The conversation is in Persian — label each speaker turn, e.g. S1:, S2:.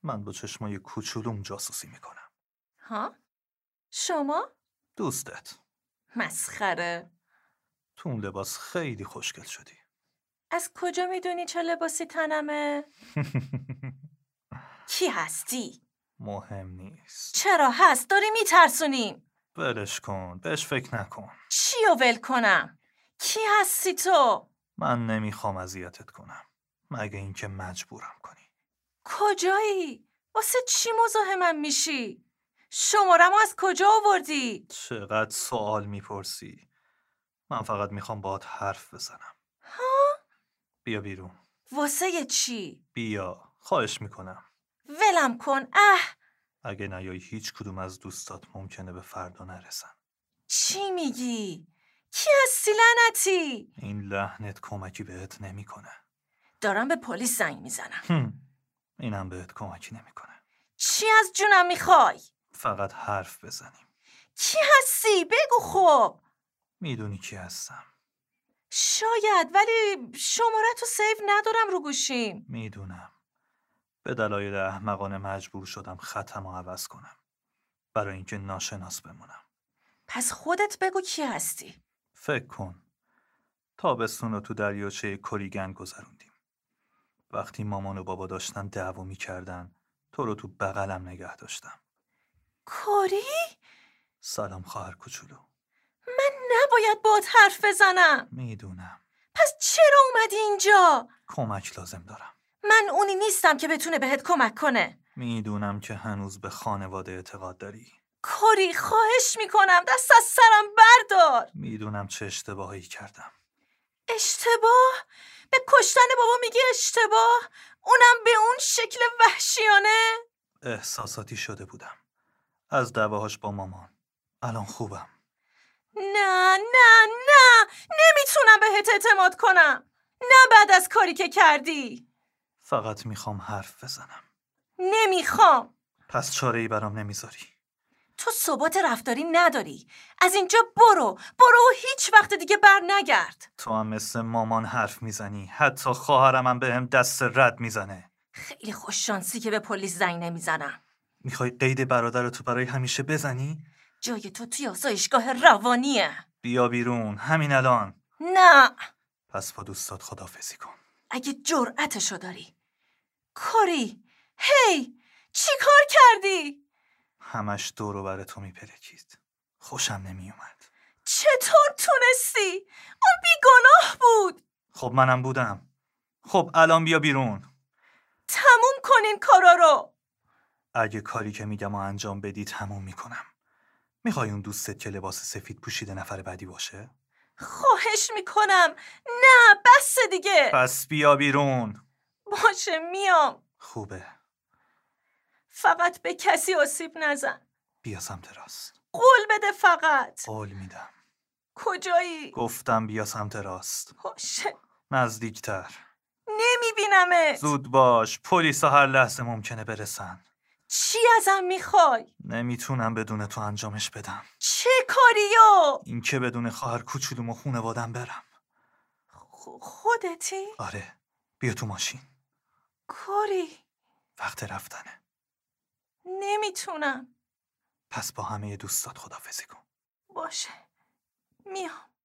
S1: من با چشمای کوچولوم جاسوسی میکنم.
S2: ها؟ شما؟
S1: دوستت.
S2: مسخره.
S1: تو اون لباس خیلی خوشگل شدی.
S2: از کجا میدونی چه لباسی تنمه؟ کی هستی؟
S1: مهم نیست.
S2: چرا هست؟ داری میترسونیم.
S1: ولش کن، بهش فکر نکن.
S2: چیو ول کنم؟ کی هستی تو؟
S1: من نمیخوام اذیتت کنم، مگه اینکه مجبورم کنی.
S2: کجایی؟ واسه چی مزاحمم میشی؟ شماره‌مو از کجا آوردی؟
S1: چقدر سوال میپرسی. من فقط میخوام باهات حرف بزنم.
S2: ها؟
S1: بیا بیرون.
S2: واسه چی؟
S1: بیا، خواهش میکنم.
S2: ولم کن.
S1: اگه نیایی هیچ کدوم از دوستات ممکنه به فردا نرسن.
S2: چی میگی؟ کی هستی لعنتی؟
S1: این لحنت کمکی بهت نمیکنه.
S2: دارم به پلیس زنگ میزنم.
S1: اینم بهت کمکی نمیکنه.
S2: چی از جونم میخوای؟
S1: فقط حرف بزنیم.
S2: کی هستی؟ بگو خب.
S1: میدونی کی هستم.
S2: شاید، ولی شماره تو سیو ندارم رو گوشیم.
S1: میدونم. به دلایل احمقانه مجبور شدم خطمو عوض کنم برای اینکه ناشناس بمونم.
S2: پس خودت بگو کی هستی.
S1: فکر کن تابستون رو تو دریاچه کوریگن گذروندیم. وقتی مامان و بابا داشتن دعوا می‌کردن، تو رو تو بغلم نگه داشتم.
S2: کوری؟
S1: سلام خواهر کوچولو.
S2: من نباید باهات حرف بزنم.
S1: میدونم.
S2: پس چرا اومدی اینجا؟
S1: کمک لازم دارم.
S2: من اونی نیستم که بتونه بهت کمک کنه.
S1: میدونم که هنوز به خانواده اعتقاد داری.
S2: کوری، خواهش میکنم دست از سرم بردار.
S1: میدونم چه اشتباهی کردم.
S2: اشتباه؟ به کشتن بابا میگه اشتباه؟ اونم به اون شکل وحشیانه؟
S1: احساساتی شده بودم از دعواهاش با مامان. الان خوبم.
S2: نه نه نه، نمیتونم بهت اعتماد کنم. نه بعد از کاری که کردی.
S1: فقط میخوام حرف بزنم.
S2: نمیخوام.
S1: پس چاره‌ای برام نمیذاری.
S2: تو ثبات رفتاری نداری. از اینجا برو و هیچ وقت دیگه بر نگرد.
S1: تو هم مثل مامان حرف میزنی. حتی خواهرم هم بهم دست رد میزنه.
S2: خیلی خوش شانسی که به پلیس زنگ نمیزنم.
S1: میخوای قید برادرتو برای همیشه بزنی؟
S2: جای تو توی آسایشگاه روانیه.
S1: بیا بیرون همین الان.
S2: نه.
S1: پس با دوستات خداحافظی کن.
S2: اگه جرأتشو داری. کوری، هی، چی کار کردی؟
S1: همش دور و بر تو میپلکید. خوشم نمیومد.
S2: چطور تونستی؟ اون بیگناه بود.
S1: خب منم بودم. خب الان بیا بیرون.
S2: تموم کن این کارا رو.
S1: اگه کاری که میگم و انجام بدی تموم میکنم. میخوای اون دوستت که لباس سفید پوشیده نفر بعدی باشه؟
S2: خواهش میکنم. نه بس دیگه.
S1: پس بیا بیرون.
S2: باشه میام.
S1: خوبه.
S2: فقط به کسی آسیب نزن.
S1: بیا سمت راست.
S2: قول بده فقط.
S1: قول میدم.
S2: کجایی؟
S1: گفتم بیا سمت راست.
S2: باشه.
S1: نزدیکتر.
S2: نمیبینمت.
S1: زود باش. پلیسا هر لحظه ممکنه برسن.
S2: چی ازم میخوای؟
S1: نمیتونم بدون تو انجامش بدم.
S2: چه کاریو؟
S1: این که بدون خواهر کوچولوم و خونوادم برم.
S2: خودتی؟
S1: آره. بیا تو ماشین.
S2: کوری.
S1: وقت رفتنه.
S2: نمیتونم.
S1: پس با همه دوستات خداحافظی کن.
S2: باشه میام.